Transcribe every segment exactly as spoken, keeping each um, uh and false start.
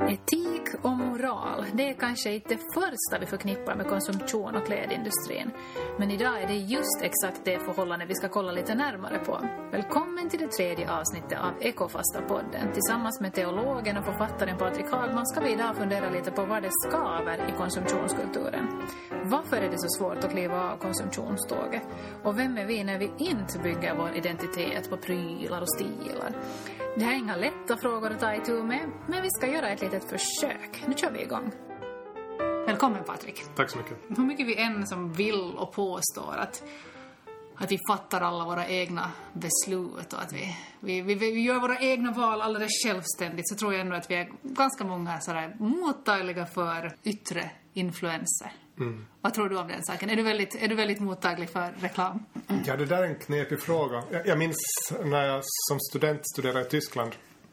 Etik och moral, det är kanske inte det första vi förknippar med konsumtion och klädindustrin. Men idag är det just exakt det förhållande vi ska kolla lite närmare på. Välkommen till det tredje avsnittet av Ekofasta-podden. Tillsammans med teologen och författaren Patrik Hagman ska vi idag fundera lite på vad det skaver i konsumtionskulturen. Varför är det så svårt att kliva av konsumtionståget? Och vem är vi när vi inte bygger vår identitet på prylar och stilar? Det här är inga lätta frågor att ta itu med, men vi ska göra ett litet försök. Nu kör vi igång. Välkommen Patrik. Tack så mycket. Hur mycket vi än som vill och påstår att, att vi fattar alla våra egna beslut och att vi, vi, vi, vi gör våra egna val alldeles självständigt, så tror jag ändå att vi är ganska många sådär mottagliga för yttre influenser. Mm. Vad tror du om den saken? Är du väldigt, är du väldigt mottaglig för reklam? Ja, det där är en knepig fråga. Jag, jag minns när jag som student studerade i Tyskland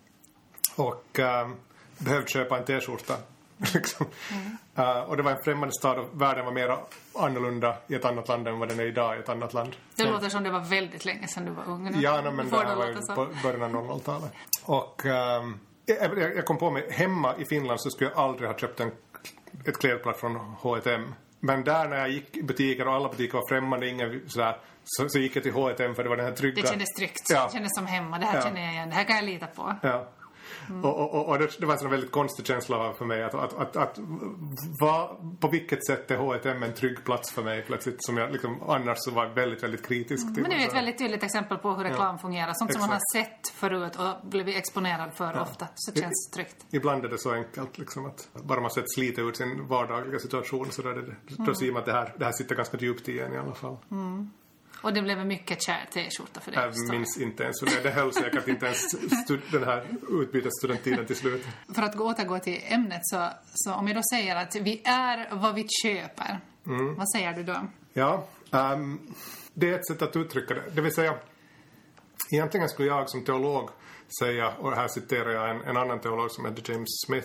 och äh, behövde köpa en t-skjorta. liksom. mm. uh, och det var en främmande stad och världen var mer annorlunda i ett annat land än vad den är idag i ett annat land. Det låter som det var väldigt länge sedan du var ung. Nu. Ja, no, men det här var ju på början av noll noll-talet. Och um, jag, jag kom på mig, hemma i Finland så skulle jag aldrig ha köpt en ett klädplagg från H och M. Men där när jag gick i butiker och alla butiker var främmande, ingen sådär, så, så gick jag till H och M för det var den här trygga... Det kändes tryggt, ja. Det kändes som hemma, det här ja. känner jag igen, det här kan jag lita på. Ja. Mm. Och, och, och det, det var en sån väldigt konstig känsla för mig att, att, att, att va, på vilket sätt är H och M en trygg plats för mig plötsligt, som jag liksom annars så var väldigt, väldigt kritisk till. Men det är ett väldigt tydligt exempel på hur reklam ja. fungerar, sånt Exakt. som man har sett förut och blivit exponerad för ja. ofta, så känns I, tryggt. Ibland är det så enkelt liksom att bara man sett slita ut sin vardagliga situation så där det, då mm. ser man att det här, det här sitter ganska djupt igen i alla fall. Mm. Och det blev en mycket kär t-skjorta för dig. Jag minns inte ens. Det, det höll säkert inte ens stud, den här utbytesstudenttiden till slut. För att återgå till ämnet så, så om jag då säger att vi är vad vi köper. Mm. Vad säger du då? Ja, um, det är ett sätt att uttrycka det. Det vill säga, egentligen skulle jag som teolog säga, och här citerar jag en, en annan teolog som heter James Smith,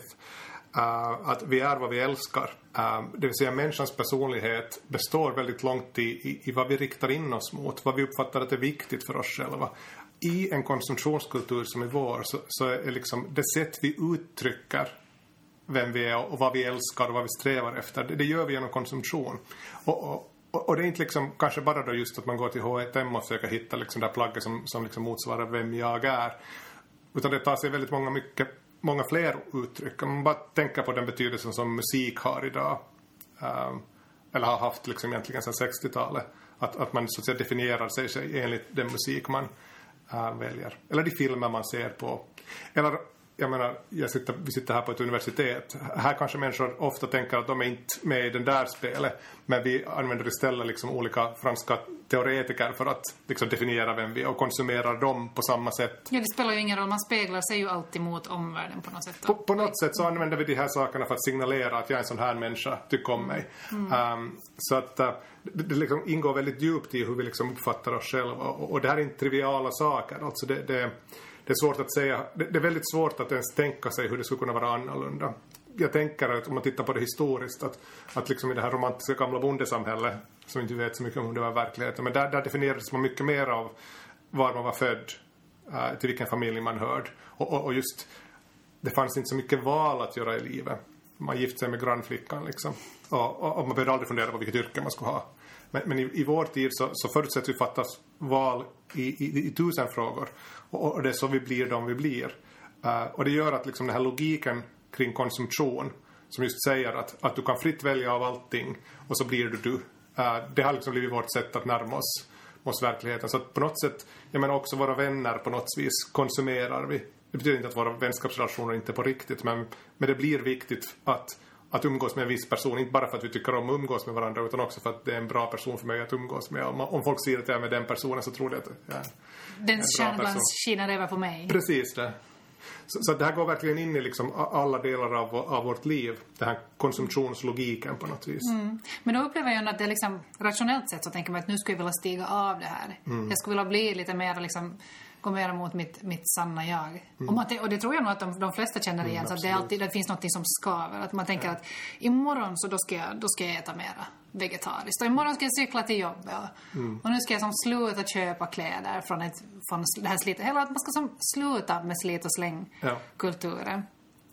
Uh, att vi är vad vi älskar. Uh, det vill säga människans personlighet består väldigt långt i, i, i vad vi riktar in oss mot. Vad vi uppfattar att är viktigt för oss själva. I en konsumtionskultur som är vår så, så är liksom det sätt vi uttrycker vem vi är och vad vi älskar och vad vi strävar efter. Det, det gör vi genom konsumtion. Och, och, och det är inte liksom, kanske bara då just att man går till H och M och försöker hitta liksom det plagget som, som liksom motsvarar vem jag är. Utan det tar sig väldigt många mycket många fler uttryck. Om man bara tänker på den betydelsen som musik har idag. Um, eller har haft liksom egentligen sedan sextiotalet. Att, att man så att säga definierar sig, sig enligt den musik man uh, väljer. Eller de filmer man ser på. Eller, jag menar, jag sitter, vi sitter här på ett universitet. Här kanske människor ofta tänker att de är inte med i den där spelet. Men vi använder istället liksom olika franska teoretiker för att liksom definiera vem vi är och konsumerar dem på samma sätt. Ja, det spelar ju ingen roll. Man speglar sig ju alltid mot omvärlden på något sätt. På, på något sätt så använder vi de här sakerna för att signalera att jag är en sån här människa, tycker om mig. Mm. Um, så att uh, det, det liksom ingår väldigt djupt i hur vi liksom uppfattar oss själva. Och, och det här är inte triviala saker. Alltså det, det, det är svårt att säga. Det, det är väldigt svårt att ens tänka sig hur det skulle kunna vara annorlunda. Jag tänker att om man tittar på det historiskt att, att liksom i det här romantiska gamla bondesamhället som inte vet så mycket om det var verkligheten, men där, där definierades man mycket mer av var man var född, uh, till vilken familj man hörde och, och, och just det fanns inte så mycket val att göra i livet. Man gifte sig med grannflickan liksom och, och, och man behövde aldrig fundera på vilket yrke man skulle ha. Men, men i, i vår tid så, så förutsätter vi fattas val i, i, i tusen frågor och, och det är så vi blir de vi blir. Uh, och det gör att liksom den här logiken kring konsumtion som just säger att, att du kan fritt välja av allting och så blir du du. Uh, det har liksom blivit vårt sätt att närma oss, oss verkligheten. Så att på något sätt, jag menar också våra vänner på något vis konsumerar vi. Det betyder inte att våra vänskapsrelationer inte är på riktigt, men, men det blir viktigt att, att umgås med en viss person. Inte bara för att vi tycker om att umgås med varandra utan också för att det är en bra person för mig att umgås med. Om, om folk säger att jag är med den personen så tror jag att jag är den kärnglans skiner över på mig. Precis det. Så, så det här går verkligen in i liksom alla delar av, av vårt liv. Den här konsumtionslogiken på något vis. Mm. Men då upplever jag att det liksom, rationellt sett så tänker man att nu skulle jag vilja stiga av det här. Mm. Jag skulle vilja bli lite mer liksom, gå mer mot mitt, mitt sanna jag. Mm. Och, man, och det tror jag nog att de, de flesta känner igen. Mm, så att det, alltid, det finns något som skaver. Att man tänker ja. att imorgon så då ska, jag, då ska jag äta mera vegetariskt. Och imorgon ska jag cykla till jobbet. Och, mm. och nu ska jag som sluta köpa kläder från, ett, från det här slit. Eller att man ska som sluta med slit och släng ja. kulturen.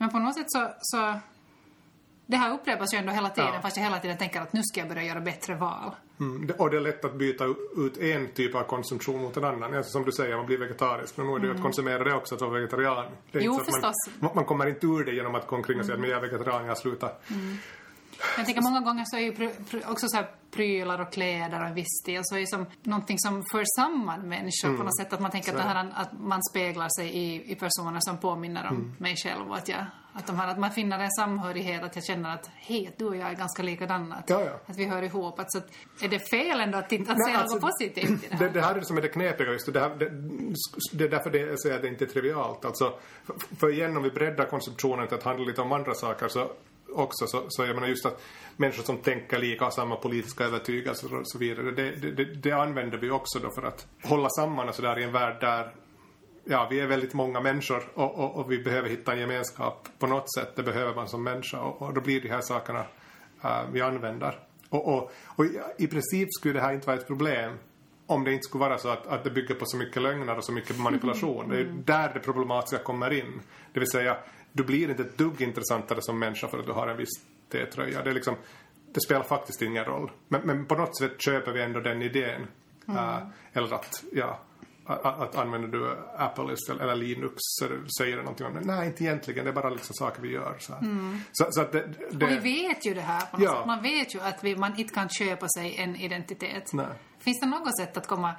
Men på något sätt så, så det här upprepas ju ändå hela tiden, ja. fast jag hela tiden tänker att nu ska jag börja göra bättre val. Mm, och det är lätt att byta ut en typ av konsumtion mot en annan. Alltså, som du säger, man blir vegetarisk. Men nu är det ju mm. att konsumera det också, att vara vegetarian. Det är jo, inte så förstås. Man, man kommer inte ur det genom att gå omkring och säga mm. att jag är vegetarian, jag slutar. Mm. Jag tänker många gånger så är ju pr- pr- också så här prylar och kläder och en viss stil så är det som någonting som för samman människor mm. på något sätt. Att man tänker att, det här, att man speglar sig i, i personer som påminner om mm. mig själv. Och att, jag, att, de här, att man finner en samhörighet, att jag känner att hej, du och jag är ganska likadana. Att, ja, ja. att vi hör ihop. Att, så att, är det fel ändå att, att Nej, se alltså, något positivt i det här? Det, det här är det som är det knepiga just. Det, här, det, det är därför det, jag säger att det inte är trivialt. Alltså, för, för igen om vi breddar konsumtionen till att handla lite om andra saker så också så, så jag menar just att människor som tänker lika har samma politiska övertygelse och så vidare, det, det, det använder vi också då för att hålla samman och så där i en värld där ja, vi är väldigt många människor och, och, och vi behöver hitta en gemenskap på något sätt, det behöver man som människa och, och då blir de här sakerna uh, vi använder och, och, och i princip skulle det här inte vara ett problem om det inte skulle vara så att, att det bygger på så mycket lögner och så mycket manipulation. Det är där det problematiska kommer in, det vill säga du blir inte ett dugg intressantare som människa för att du har en viss T-tröja. Det, är liksom, det spelar faktiskt ingen roll. Men, men på något sätt köper vi ändå den idén. Mm. Uh, eller att, ja, att, att använder du Apple eller Linux så säger det någonting om det. Nej, inte egentligen. Det är bara liksom saker vi gör. Så, mm. så, så att det, det, och vi vet ju det här på något ja. sätt. Man vet ju att vi, man inte kan köpa sig en identitet. Nej. Finns det något sätt att komma...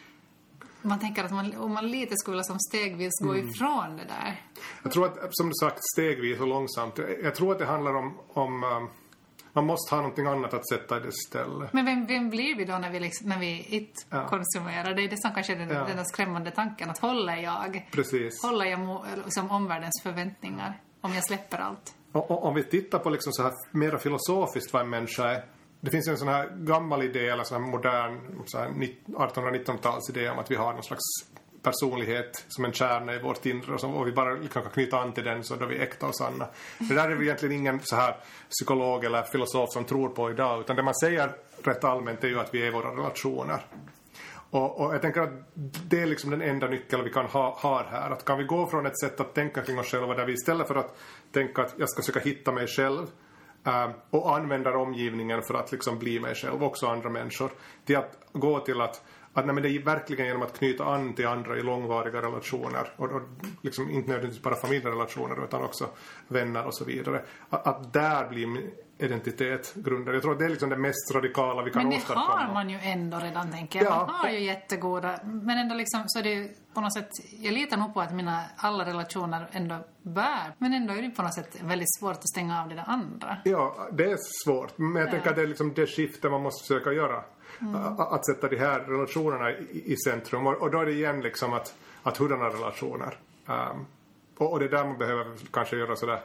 Man tänker att man, om man lite skulle som stegvis gå mm. ifrån det där. Jag tror att, som du sagt, stegvis och långsamt. Jag tror att det handlar om... om um, man måste ha någonting annat att sätta i det stället. Men vem, vem blir vi då när vi, liksom, när vi inte ja. konsumerar? Det är det som kanske är den, ja. den där skrämmande tanken. Att håller jag, Precis. håller jag mo, liksom omvärldens förväntningar om jag släpper allt? Och, och, om vi tittar på liksom så här mer filosofiskt vad en människa är. Det finns en sån här gammal idé, eller sån här modern så här artonhundra-nittontalets idé om att vi har någon slags personlighet som en kärna i vårt inre och, som, och vi bara liksom kan knyta an till den så då är vi äkta och sanna. Det där är vi egentligen ingen så här psykolog eller filosof som tror på idag, utan det man säger rätt allmänt är ju att vi är våra relationer. Och, och jag tänker att det är liksom den enda nyckeln vi kan ha, ha här. Att kan vi gå från ett sätt att tänka kring oss själva där vi istället för att tänka att jag ska försöka hitta mig själv Uh, och använder omgivningen för att liksom bli mig själv, också andra människor, till att gå till att, att nej, men det är verkligen genom att knyta an till andra i långvariga relationer och, och liksom inte nödvändigtvis bara familjerelationer utan också vänner och så vidare, att, att där blir min identitet grundad. Jag tror att det är liksom det mest radikala vi kan åstadkomma. Men det har man ju ändå redan, tänker jag. Man ja. har ju jättegoda, men ändå liksom så är det på något sätt, jag litar nog på att mina alla relationer ändå bär, men ändå är det på något sätt väldigt svårt att stänga av det där andra. Ja, det är svårt, men jag ja. tänker att det är liksom det skiftet man måste försöka göra. Mm. Att sätta de här relationerna i, i centrum, och, och då är det igen liksom att, att hurdana relationer. Um, och, och det är där man behöver kanske göra sådär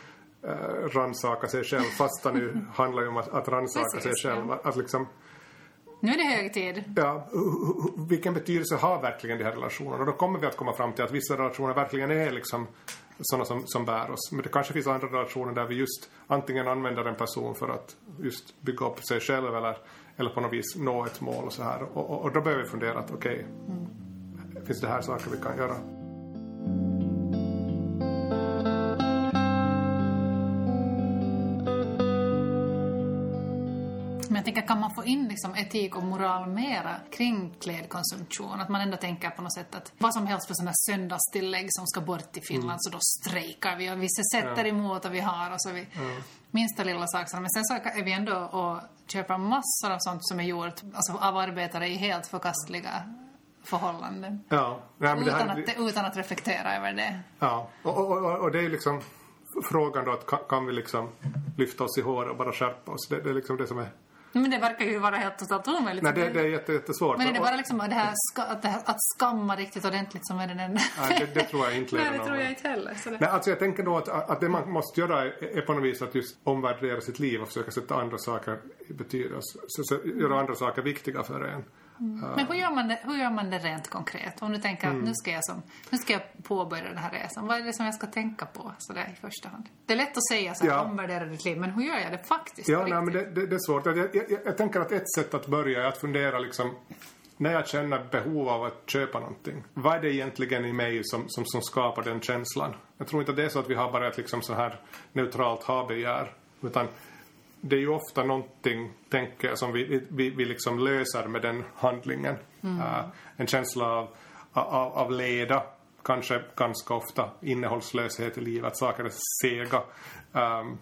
Uh, ransaka sig själv, fast det nu handlar ju om att, att ransaka Precis, sig själv. Ja. Att, att liksom, nu är det hög tid. Ja, vilken betydelse har verkligen de här relationerna? Och då kommer vi att komma fram till att vissa relationer verkligen är liksom sådana som, som bär oss. Men det kanske finns andra relationer där vi just antingen använder en person för att just bygga upp sig själv eller, eller på något vis nå ett mål och så här. Och, och, och då behöver vi fundera att okej, okay, mm. finns det här saker vi kan göra? Men jag tänker, kan man få in liksom etik och moral mera kring klädkonsumtion? Att man ändå tänker på något sätt att vad som helst för sådana söndagstillägg som ska bort i Finland, mm. så då strejkar vi och vi sätter ja. emot och vi har och så vi mm. minsta lilla saker. Men sen så är vi ändå och köper massor av sånt som är gjort alltså av arbetare i helt förkastliga förhållanden. Ja. Nej, men utan, det här... att, utan att reflektera över det. Ja, och, och, och, och det är liksom frågan då att kan, kan vi liksom lyfta oss i hår och bara skärpa oss? Det, det är liksom det som är... Men det verkar ju vara helt totalt omöjligt. Nej, det, det är jätte, jättesvårt. Men är det bara liksom det här, ska, att, det här att skamma riktigt ordentligt som är den enda? Nej, det, det tror jag inte. Nej, det tror jag inte heller. Så det... Men alltså jag tänker då att, att det man måste göra är, är på något vis att just omvärdera sitt liv och försöka sätta andra saker i betydelse. Så, så, göra andra saker viktiga för en. Mm. Men hur gör, man det, hur gör man det rent konkret? Om du tänker att mm. nu, ska jag som, nu ska jag påbörja den här resan. Vad är det som jag ska tänka på så där i första hand? Det är lätt att säga så här, ja. omvärdera ditt liv. Men hur gör jag det faktiskt? Ja, nej, men det, det, det är svårt. Jag, jag, jag, jag tänker att ett sätt att börja är att fundera liksom, när jag känner behov av att köpa någonting, vad är det egentligen i mig som, som, som skapar den känslan? Jag tror inte att det är så att vi har bara ett liksom så här neutralt ha-begär, utan det är ju ofta någonting, tänker jag, som vi, vi, vi liksom löser med den handlingen. Mm. Uh, en känsla av, av, av leda, kanske ganska ofta innehållslöshet i livet, att saker är sega. Um,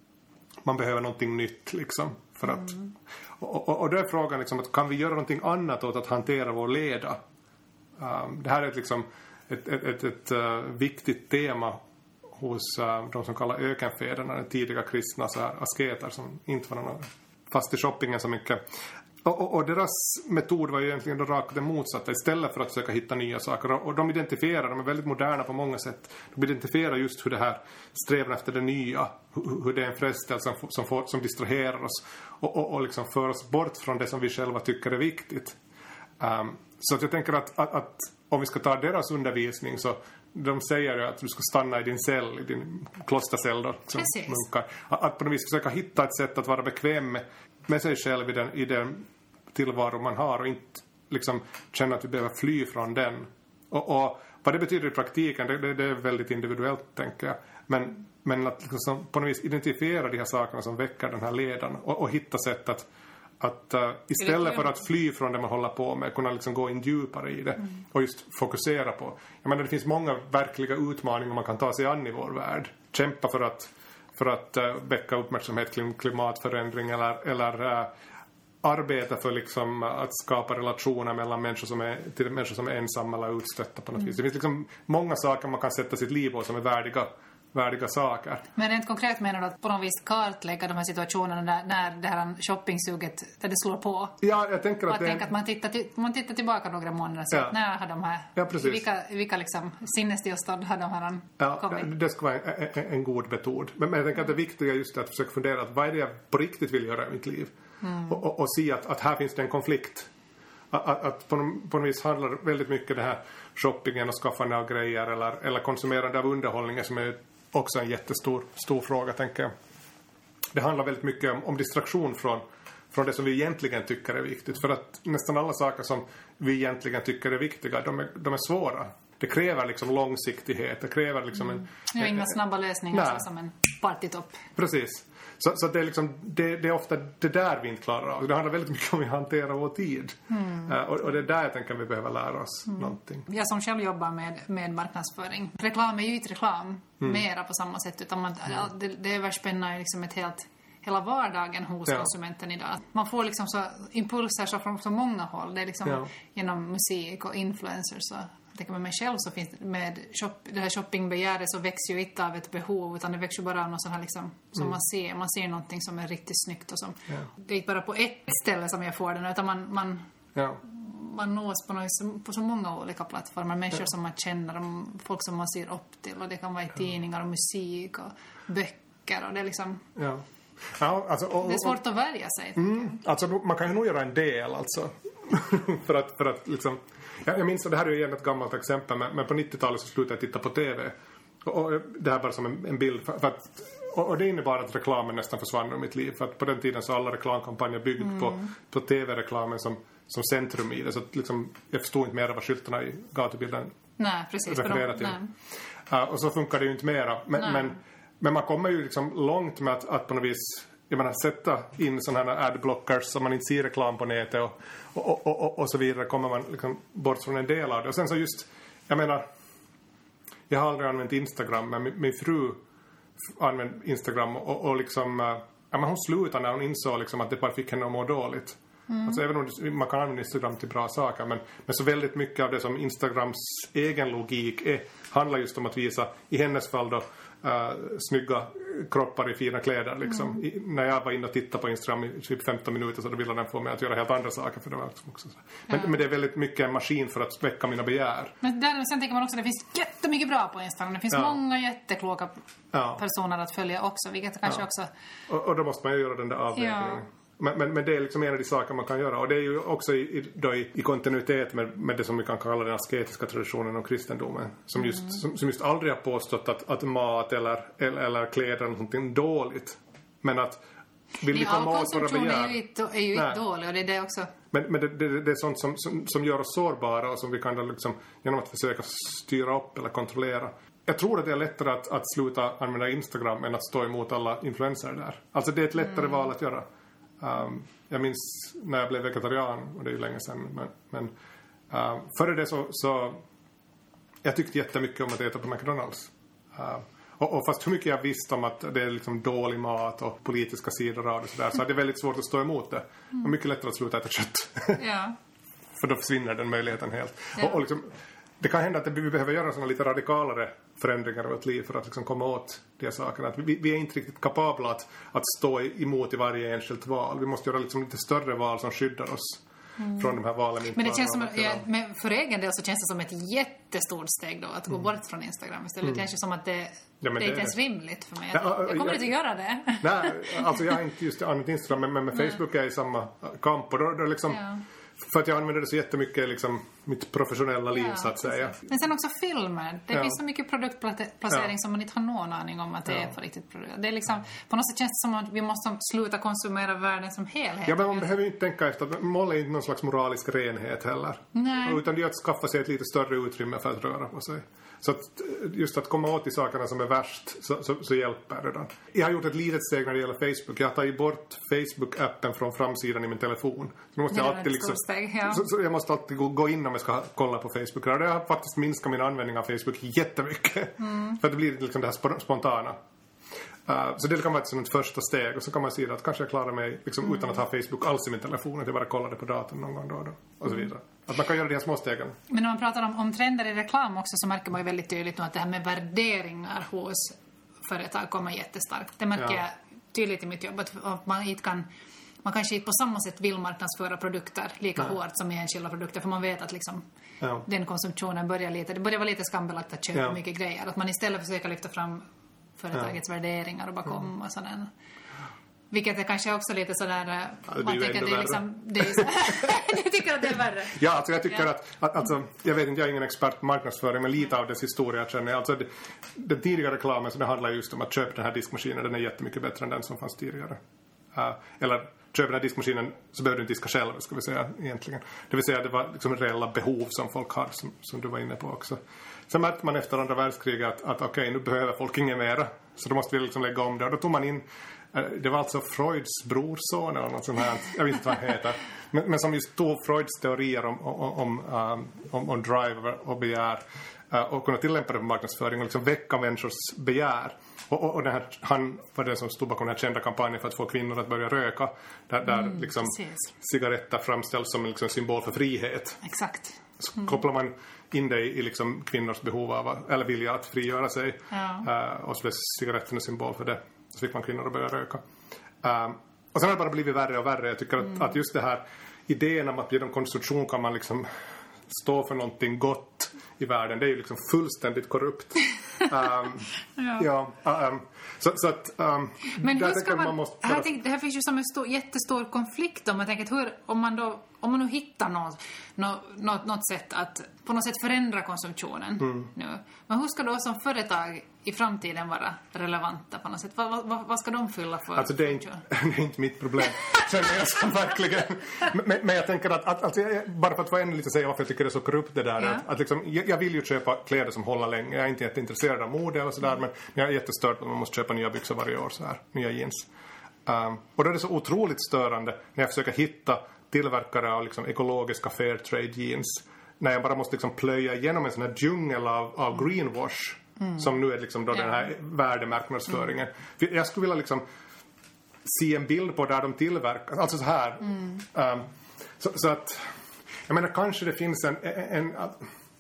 man behöver någonting nytt liksom. För att, mm. och, och, och då är frågan liksom, att kan vi göra någonting annat åt att hantera vår leda? Um, det här är ett, liksom, ett, ett, ett, ett uh, viktigt tema hos uh, de som kallar ökenfäderna, de tidiga kristna så här, asketer som inte var någon fast i shoppingen så mycket. Och, och, och deras metod var ju egentligen det rakt det motsatta, istället för att försöka hitta nya saker. Och, och de identifierar, de är väldigt moderna på många sätt. De identifierar just hur det här strävan efter det nya, hur, hur det är en frestelse som, som, får, som distraherar oss och, och, och liksom för oss bort från det som vi själva tycker är viktigt. Um, så att jag tänker att, att, att om vi ska ta deras undervisning, så de säger ju att du ska stanna i din cell, i din klostercell då, som munkar. Att, att på något vis försöka hitta ett sätt att vara bekväm med, med sig själv i den, i den tillvaro man har, och inte liksom känna att vi behöver fly från den. Och, och vad det betyder i praktiken, det, det, det är väldigt individuellt, tänker jag. Men, men att liksom på något vis identifiera de här sakerna som väcker den här ledan och, och hitta sätt att Att uh, istället för att fly från det man håller på med, kunna liksom gå in djupare i det mm. och just fokusera på. Jag menar, det finns många verkliga utmaningar man kan ta sig an i vår värld. Kämpa för att, för att uh, väcka uppmärksamhet kring klimatförändring, eller, eller uh, arbeta för liksom, uh, att skapa relationer mellan människor som är, till människor som är ensamma eller utstötta på något mm. vis. Det finns liksom många saker man kan sätta sitt liv på som är värdiga. värdiga saker. Men rent konkret menar du att på något vis kartlägga de här situationerna när, när det här shoppingsuget, där det slår på? Ja, jag tänker att, att, det... tänka att man, tittar till, man tittar tillbaka några månader och ser ja. att när har de här, ja, precis. vilka, vilka liksom sinnestillstånd har de här ja, kommit? Det ska vara en, en, en god metod. Men, men jag tänker att det viktiga är just att försöka fundera att vad är det jag på riktigt vill göra i mitt liv? Mm. Och, och, och se att, att här finns det en konflikt. Att, att, att på, på något vis handlar väldigt mycket det här shoppingen och skaffande av grejer eller, eller konsumerande av underhållningen, som är också en jättestor stor fråga, tänker jag. Det handlar väldigt mycket om, om distraktion från, från det som vi egentligen tycker är viktigt. För att nästan alla saker som vi egentligen tycker är viktiga, de är, de är svåra. Det kräver liksom långsiktighet. Det kräver liksom en... Mm. Inga snabba lösningar som en partytopp. Precis. Så, så det, är liksom, det, det är ofta det där vi inte klarar av. Det handlar väldigt mycket om hur vi hanterar vår tid. Mm. Uh, och, och det är där jag tänker att vi behöver lära oss mm. någonting. Jag som själv jobbar med, med marknadsföring. Reklam är ju inte reklam mm. mera på samma sätt. Utan man, mm. det, det överspänner liksom ett helt, hela vardagen hos ja. konsumenten idag. Man får liksom så impulser så från så många håll. Det är liksom ja. genom musik och influencers och... Jag tänker med mig själv så finns det med shop, det här shoppingbegäret så växer ju inte av ett behov, utan det växer bara av något sån här liksom, som mm. man ser. Man ser någonting som är riktigt snyggt och som, ja. det är inte bara på ett ställe som jag får den, utan man, man, ja. man nås på, något, på så många olika plattformar. Människor ja. som man känner, och folk som man ser upp till, och det kan vara i ja. tidningar och musik och böcker och det är liksom... Ja. Ja, alltså, och, och, det är svårt att välja sig. Mm, alltså man kan ju nog göra en del alltså. för att, för att liksom... Jag minns att det här är ju igen ett gammalt exempel, men, men på nittiotalet så slutade jag titta på tv. Och, och det här bara som en, en bild. För, för att, och, och det innebar att reklamen nästan försvann ur mitt liv. För att på den tiden så alla reklamkampanjer byggde mm. på, på tv-reklamen som, som centrum i det. Så att liksom, jag förstod inte mer vad skyltarna i gatubilden nej, precis, refererade till. Uh, och så funkar det ju inte mera. Men, men, men man kommer ju liksom långt med att, att på något vis... Jag menar, sätta in sådana här adblockers så man inte ser reklam på nätet och, och, och, och, och så vidare, kommer man liksom bort från en del av det. Och sen så just, jag menar, jag har aldrig använt Instagram, men min, min fru använde Instagram och, och liksom, ja, men hon slutade när hon insåg liksom att det bara fick henne att må dåligt. Mm. Alltså även om det, man kan använda Instagram till bra saker, men, men så väldigt mycket av det som Instagrams egen logik är, handlar just om att visa, i hennes fall då, Uh, snygga kroppar i fina kläder liksom. Mm. I, när jag var inne och tittade på Instagram i typ femton minuter så då ville den få mig att göra helt andra saker för det var också så. Men, ja. men det är väldigt mycket en maskin för att väcka mina begär. Men där, sen tänker man också att det finns jättemycket bra på Instagram. Det finns ja. många jättekloka ja. personer att följa också, vilket kanske ja. också... Och, och då måste man ju göra den där avvägningen. Ja. Men, men, men det är liksom en av de saker man kan göra. Och det är ju också i, då i, i kontinuitet med, med det som vi kan kalla den asketiska traditionen och kristendomen. Som just, mm. som, som just aldrig har påstått att, att mat eller, eller, eller kläder är någonting dåligt. Men att vill vi komma åt våra begär... All konsumtion är ju inte, är ju inte dålig, och det är det också... Men, men det, det, det är sånt som, som, som gör oss sårbara och som vi kan då liksom, genom att försöka styra upp eller kontrollera. Jag tror att det är lättare att, att sluta använda Instagram än att stå emot alla influenser där. Alltså det är ett lättare mm. val att göra. Um, jag minns när jag blev vegetarian, och det är ju länge sedan. Men, men uh, före det så, så jag tyckte jättemycket om att äta på McDonald's. Uh, och, och fast hur mycket jag visste om att det är liksom dålig mat och politiska sidor av det sådär, så är det väldigt svårt att stå emot det. Mm. Och mycket lättare att sluta äta kött. Ja. För då försvinner den möjligheten helt. Ja. Och, och liksom, det kan hända att vi behöver göra såna lite radikalare förändringar i vårt liv för att liksom komma åt de här sakerna. Att vi, vi är inte riktigt kapabla att, att stå emot i varje enskilt val. Vi måste göra liksom lite större val som skyddar oss mm. från de här valen. Men det känns som, ja, men för egen del så känns det som ett jättestort steg då att gå mm. bort från Instagram istället. Mm. Det känns som att det, ja, det, det är inte ens rimligt för mig. Ja, jag kommer jag, inte att göra det. Nej, alltså jag har inte just använt Instagram, men, men med Facebook är jag i samma kamp. Och då, då liksom... Ja. För att jag använder det så jättemycket liksom mitt professionella liv, ja, så att säga. Precis. Men sen också filmer. Det ja. finns så mycket produktplacering ja. som man inte har någon aning om att det ja. är för riktigt produkt. Det är liksom, på något sätt känns det som att vi måste sluta konsumera världen som helhet. Ja, men man behöver ju inte tänka efter att mål är inte någon slags moralisk renhet heller. Nej. Utan det är att skaffa sig ett lite större utrymme för att röra på sig. Så att just att komma åt de sakerna som är värst så, så, så hjälper det då. Jag har gjort ett litet steg när det gäller Facebook. Jag har tagit bort Facebook-appen från framsidan i min telefon. Så nu måste jag alltid liksom, steg, ja. så, så jag måste alltid gå, gå in om jag ska kolla på Facebook. Och det har faktiskt minskat min användning av Facebook jättemycket. Mm. För att det blir liksom det här spontana. Uh, så det kan vara ett sånt första steg. Och så kan man säga att kanske jag klarar mig liksom, mm. utan att ha Facebook alls i min telefon. Att jag bara kollar det på datorn någon gång då och då. Och så vidare. Att man kan göra de här små stegen. Men när man pratar om, om trender i reklam också, så märker man ju väldigt tydligt att det här med värderingar hos företag kommer jättestarkt. Det märker ja. jag tydligt i mitt jobb. Att man inte kan... Man kanske inte på samma sätt vill marknadsföra produkter lika ja. hårt som enskilda produkter. För man vet att liksom ja. den konsumtionen börjar lite... Det börjar vara lite skambelagt att köpa ja. mycket grejer. Att man istället försöker lyfta fram företagets ja. värderingar och bakom mm. och sådär. Vilket är kanske också lite sådär... Ja, det man tänker att det är liksom... Det är så, du tycker att det är värre? Ja, alltså jag tycker ja. att... att alltså, jag vet inte, jag är ingen expert på marknadsföring, men lite av dess historia känner jag. Alltså, det, den tidigare reklamen så det handlar just om att köpa den här diskmaskinen. Den är jättemycket bättre än den som fanns tidigare. Uh, eller... Köper den här diskmaskinen så behöver du inte diska själv, ska vi säga egentligen. Det vill säga att det var liksom reella behov som folk hade, som, som du var inne på också. Sen märkte man efter andra världskriget att, att okej, okay, nu behöver folk inget mera. Så då måste vi liksom lägga om det. Och då tog man in, det var alltså Freuds brorson eller något sånt här, jag vet inte vad han heter. Men, men som just tog Freuds teorier om, om, om, um, om, om drive och begär. Och kunna tillämpa det på marknadsföring och liksom väcka människors begär. Och, och, och den här, han var det som stod bakom den här kända kampanjen för att få kvinnor att börja röka. Där, där mm, liksom cigaretter framställs som en liksom symbol för frihet. Exakt. Så kopplar man in det i, i liksom kvinnors behov av, eller vilja att frigöra sig. Ja. Uh, och så blev cigaretten en symbol för det. Så fick man kvinnor att börja röka. Uh, och sen har det bara blivit värre och värre. Jag tycker att, mm. att just det här idén om att genom konstruktion kan man liksom stå för någonting gott i världen. Det är ju liksom fullständigt korrupt. um, ja. ja um, så, så att um, men hur ska man, man måste här, tänk, det här finns ju som en stor, jättestor konflikt om man tänker att hur, om man då om man nu hittar något, något, något sätt att på något sätt förändra konsumtionen mm. nu. Men hur ska då som företag i framtiden vara relevanta på något sätt? Vad, vad, vad ska de fylla för? Alltså det är inte, det är inte mitt problem. Känner jag som verkligen. Men, men jag tänker att, att alltså, bara för att få ännu lite säga varför jag tycker det är så korrupt det där. Ja. Att, att liksom, jag, jag vill ju köpa kläder som håller länge. Jag är inte jätteintresserad av mode eller sådär. Mm. Men jag är jättestörd att man måste köpa nya byxor varje år så här. Nya jeans. Um, och då är det så otroligt störande när jag försöker hitta tillverkare av liksom ekologiska fair trade jeans. När jag bara måste liksom plöja igenom en sån här djungel av, av mm. greenwash. Mm. Som nu är liksom då ja. den här värdemarknadsföringen. Mm. Jag skulle vilja liksom se en bild på där de tillverkar. Alltså så här. Mm. Um, så, så att jag menar kanske det finns en, en, en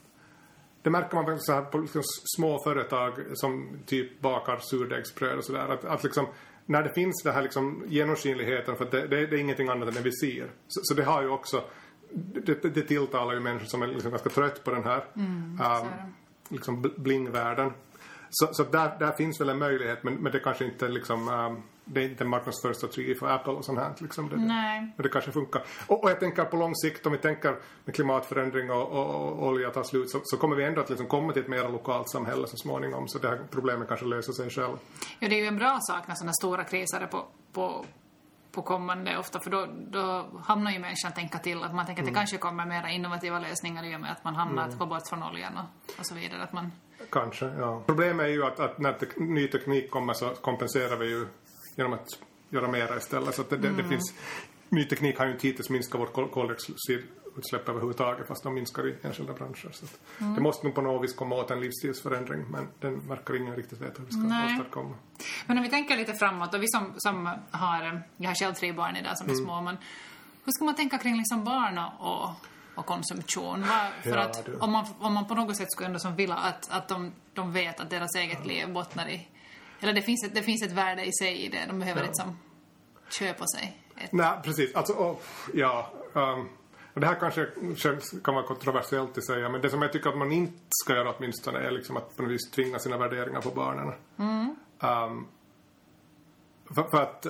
det märker man så här på liksom små företag som typ bakar surdegsbröd och sådär. Att, att liksom när det finns det här liksom genomskinligheten, för det, det, det är ingenting annat än det vi ser. Så, så det har ju också, det, det tilltalar ju människor som är liksom ganska trött på den här mm, um, liksom blingvärlden. Så, så där, där finns väl en möjlighet, men, men det kanske inte liksom, um, det är inte en marknadsförstrategi för Apple och sånt här. Liksom. Det, Nej. Men det kanske funkar. Och, och jag tänker på lång sikt, om vi tänker med klimatförändring och, och, och olja tar slut, så, så kommer vi ändå att liksom komma till ett mer lokalt samhälle så småningom. Så det här problemet kanske löser sig själv. Ja, det är ju en bra sak när sådana stora kriser är på, på, på kommande ofta, för då, då hamnar ju människan tänka till att man tänker att det mm. kanske kommer mera innovativa lösningar i och med att man hamnar mm. att gå bort från oljan och, och så vidare. Att man... Kanske, ja. Problemet är ju att, att när te- ny teknik kommer så kompenserar vi ju genom att göra mera istället. Så att det, mm. det, det finns, ny teknik har ju inte hittills minskat vårt koldioxidutsläpp överhuvudtaget, fast de minskar i enskilda branscher. Så att mm. det måste nog på något vis komma åt en livsstilsförändring, men den verkar ingen riktigt veta hur vi ska Nej. åstadkomma. Men om vi tänker lite framåt, och vi som, som har, jag har själv tre barn idag som är mm. små, men hur ska man tänka kring liksom barn och, och konsumtion? Var, för ja, att om man, om man på något sätt skulle ändå som vilja att, att de, de vet att deras eget ja. liv bottnar i, eller det finns ett, det finns ett värde i sig i det, de behöver ja. liksom köpa sig ett... Nej, precis. Alltså, oh, ja... Um, det här kanske kan vara kontroversiellt att säga, men det som jag tycker att man inte ska göra åtminstone är liksom att på något vis tvinga sina värderingar på barnen. Mm. Um, för, för att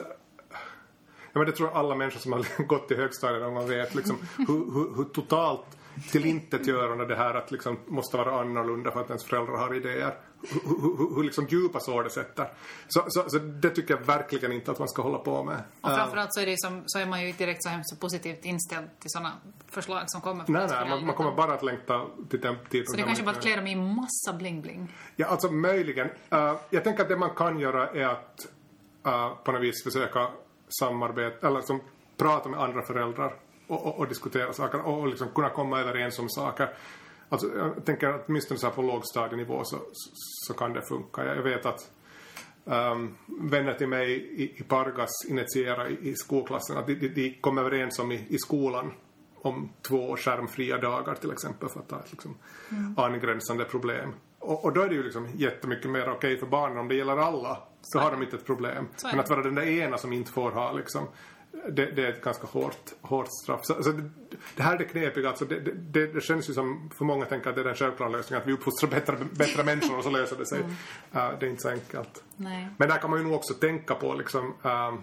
ja, men det tror jag alla människor som har gått i högstadiet och man vet liksom, hur, hur, hur totalt tillintetgörande det här att liksom måste vara annorlunda för att ens föräldrar har idéer. Hur, hur, hur liksom djupa sår det sätter. Så, så, så det tycker jag verkligen inte att man ska hålla på med. Och framförallt så är, det som, så är man ju direkt så hemskt positivt inställd till sådana förslag som kommer från Nej, nej, man, man kommer bara att längta till den tiden. Så det kanske bara att klä dem i massa bling-bling. Ja, alltså möjligen. Uh, jag tänker att det man kan göra är att uh, på något vis försöka samarbeta, eller som prata med andra föräldrar och, och, och diskutera saker och, och liksom kunna komma överens om saker. Alltså, jag tänker att åtminstone så här på lågstadienivå så, så, så kan det funka. Jag vet att um, vänner till mig i, i Pargas initierar i, i skolklassen att de, de, de kom överens om i, i skolan om två skärmfria dagar till exempel för att ta ett liksom, mm. angränsande problem. Och, och då är det ju liksom jättemycket mer okej okay för barnen om det gäller alla. Så har de inte ett problem. Men att vara den där ena som inte får ha liksom, det, det är ett ganska hårt, hårt straff. Så, så det, det här är det knepiga. Alltså det, det, det känns ju som för många tänker att det är den självklara lösningen. Att vi uppfostrar bättre, bättre människor och så löser det sig. Mm. Uh, det är inte så enkelt. Nej. Men där kan man ju nog också tänka på liksom, uh,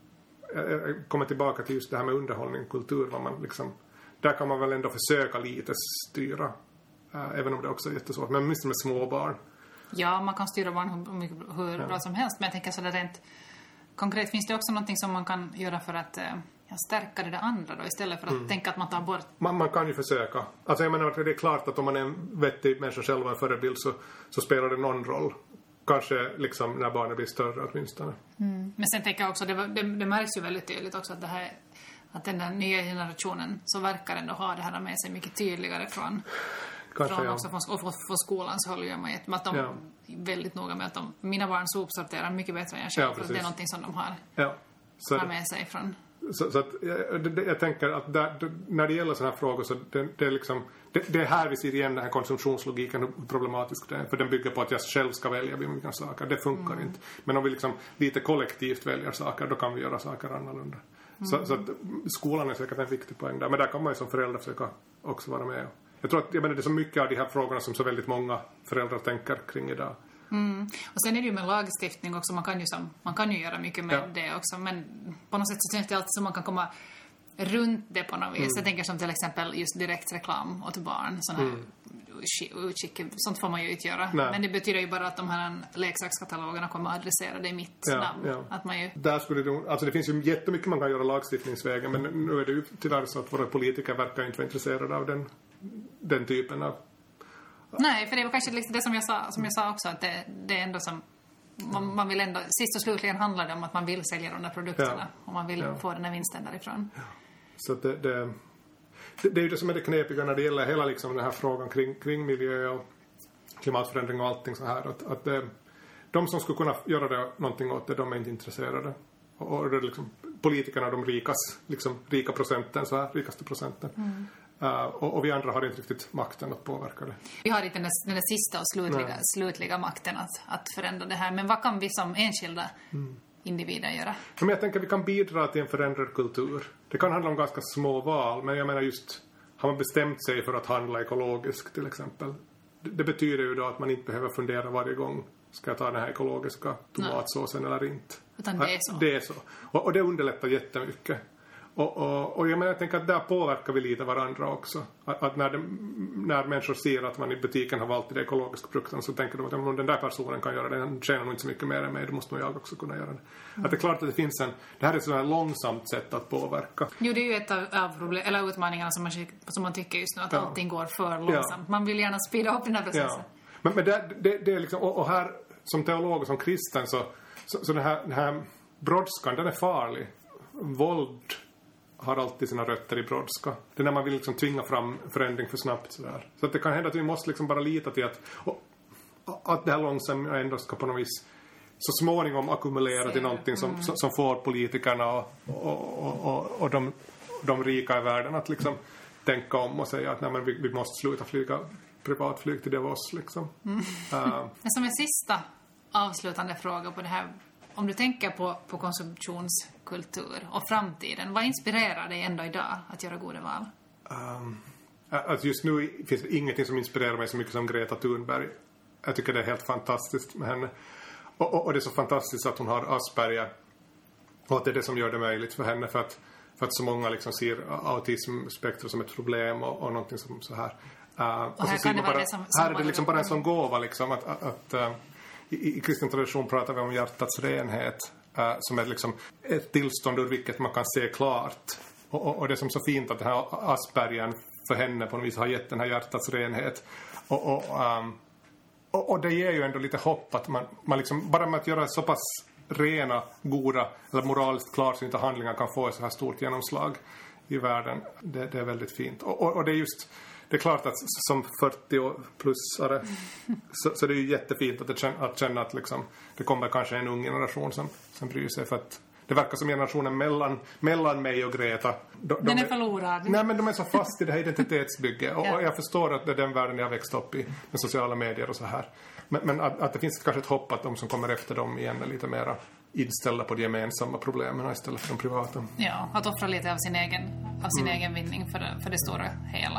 jag kommer tillbaka till just det här med underhållning, kultur. Vad man liksom, där kan man väl ändå försöka lite styra. Uh, även om det också är jättesvårt. Men minst med små barn. Ja, man kan styra barn hur, hur ja. bra som helst. Men jag tänker så det rent konkret, finns det också någonting som man kan göra för att ja, stärka det där andra då, istället för att mm. tänka att man tar bort... Man, man kan ju försöka. Alltså jag menar att det är klart att om man är en vettig människa själv och en förebild så, så spelar det någon roll. Kanske liksom när barnen blir större åtminstone. Mm. Men sen tänker jag också, det, det, det märks ju väldigt tydligt också att det här, att den där nya generationen så verkar ändå ha det här med sig mycket tydligare från... Kanske, från, ja. också från, och från, från skolans håll gör man ju att de ja. är väldigt noga med att de, mina barn sopsorterar mycket bättre än jag själv, ja, för det är någonting som de har, ja. så har med sig från. Så, så att, jag, det, jag tänker att där, när det gäller sådana här frågor så det, det är liksom det, det är här vi ser igen den här konsumtionslogiken hur problematisk det är, för den bygger på att jag själv ska välja vilka saker, det funkar mm. inte. Men om vi liksom lite kollektivt väljer saker, då kan vi göra saker annorlunda. Mm. Så, så att skolan är säkert en viktig poäng där, men där kan man ju som förälder försöka också vara med. Jag tror att jag menar, det är så mycket av de här frågorna som så väldigt många föräldrar tänker kring idag. Mm. Och sen är det ju med lagstiftning också. Man kan ju, som, man kan ju göra mycket med ja. det också. Men på något sätt så känns det alltid som man kan komma runt det på något vis. Mm. Jag tänker som till exempel just direktreklam åt barn. Sån här mm. utskick. Sånt får man ju inte göra. Nej. Men det betyder ju bara att de här leksakskatalogerna kommer att adressera det i mitt ja, namn. Ja. Att man ju... Där skulle det, alltså det finns ju jättemycket man kan göra lagstiftningsvägen. Men nu är det ju tyvärr så att våra politiker verkar inte vara intresserade av den, den typen av... Nej, för det var kanske liksom det som jag sa, som jag sa också, att det, det är ändå som man, man vill ändå, sist och slutligen handlar det om att man vill sälja de där produkterna ja. och man vill ja. få den här vinsten därifrån. Ja. Så det, det, det, det är ju det som är det knepiga när det gäller hela liksom den här frågan kring, kring miljö och klimatförändring och allting så här, att, att det, de som skulle kunna göra det, någonting åt det, de är inte intresserade. Och, och det är liksom politikerna, de rikas, liksom rika procenten, så här, rikaste procenten. Mm. Uh, och, och vi andra har inte riktigt makten att påverka det. Vi har inte den, den där sista och slutliga, slutliga makten att, att förändra det här. Men vad kan vi som enskilda mm. individer göra? Men jag tänker att vi kan bidra till en förändrad kultur. Det kan handla om ganska små val. Men jag menar just, har man bestämt sig för att handla ekologiskt till exempel. Det, det betyder ju då att man inte behöver fundera varje gång. Ska jag ta den här ekologiska tomatsåsen eller inte? Utan det är så. Det är så. Och, och det underlättar jättemycket. Och, och, och jag menar, jag tänker att där påverkar vi lite varandra också. Att, att när, det, när människor ser att man i butiken har valt det ekologiska frukten, så tänker de att om den där personen kan göra det, den tjänar nog inte så mycket mer än mig, då måste nog jag också kunna göra det. Mm. Att det är klart att det finns en, det här är ett sådant här långsamt sätt att påverka. Jo, det är ju ett av, av problem, eller utmaningarna som man, som man tycker just nu, att ja. allting går för långsamt. Ja. Man vill gärna speeda upp den här processen. Ja. Men, men det, det, det är liksom, och, och här som teolog och som kristen så, så, så den här, den här brådskan, den är farlig. Våld har alltid sina rötter i brådska. Det är när man vill liksom tvinga fram förändring för snabbt. Sådär. Så att det kan hända att vi måste liksom bara lita till att, och, att det här långsamt ändå ska på något vis så småningom ackumulera till någonting som, mm. som, som får politikerna och, och, och, och, och de, de rika i världen att liksom tänka om och säga att nej, men vi, vi måste sluta flyga privatflyg till Davos. Liksom. Mm. Uh. Som en sista avslutande fråga på det här. Om du tänker på, på konsumtionskultur och framtiden, vad inspirerar dig ändå idag att göra goda val? Um, alltså just nu finns det ingenting som inspirerar mig så mycket som Greta Thunberg. Jag tycker det är helt fantastiskt med henne. Och, och, och det är så fantastiskt att hon har Asperger. Och att det är det som gör det möjligt för henne. För att, för att så många liksom ser autismspektrum som ett problem och, och någonting som så här. Uh, och, och här, så kan det bara, det som, som här är det liksom bara en sån gåva liksom att... att, att uh, I, i kristen tradition pratar vi om hjärtats renhet äh, som är liksom ett tillstånd ur vilket man kan se klart. Och, och, och det är som så fint att den här Aspergen för henne på något vis har gett den här hjärtats renhet. Och, och, um, och, och det ger ju ändå lite hopp att man, man liksom, bara med att göra så pass rena, goda eller moraliskt klarsynta handlingar kan få ett så här stort genomslag i världen. Det, det är väldigt fint. Och, och, och det är just... Det är klart att som fyrtio-plussare så, så det är ju jättefint att, det, att känna att liksom, det kommer kanske en ung generation som, som bryr sig. För att det verkar som generationen mellan, mellan mig och Greta. De, den de är förlorad. Nej, men de är så fast i det här identitetsbygget. Och, ja. och jag förstår att det är den världen jag växt upp i med sociala medier och så här. Men, men att, att det finns kanske ett hopp att de som kommer efter dem igen är lite mera inställda på de gemensamma problemen istället för de privata. Ja, att offra lite av sin egen, av sin mm. egen vinning för det, för det stora hela.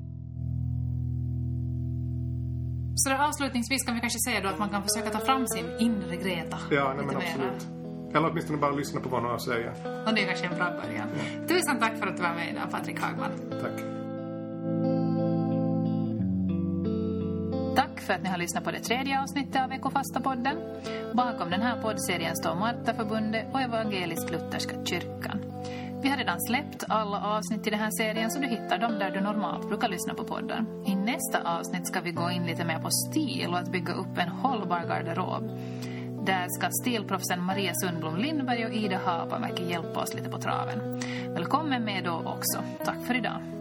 Så där avslutningsvis kan vi kanske säga då att man kan försöka ta fram sin inre Greta. Ja, nej, men absolut. Eller åtminstone bara lyssna på vad någon säger. Och det är kanske en bra början. Ja. Tusen tack för att du var med idag, Patrik Hagman. Tack. Tack för att ni har lyssnat på det tredje avsnittet av Ekofasta-podden. Bakom den här poddserien står Martaförbundet och Evangelisk-Lutherska kyrkan. Vi har redan släppt alla avsnitt i den här serien så du hittar dem där du normalt brukar lyssna på podden. I nästa avsnitt ska vi gå in lite mer på stil och att bygga upp en hållbar garderob. Där ska stilproffsen Maria Sundblom Lindberg och Ida Hapamäki hjälpa oss lite på traven. Välkommen med då också. Tack för idag.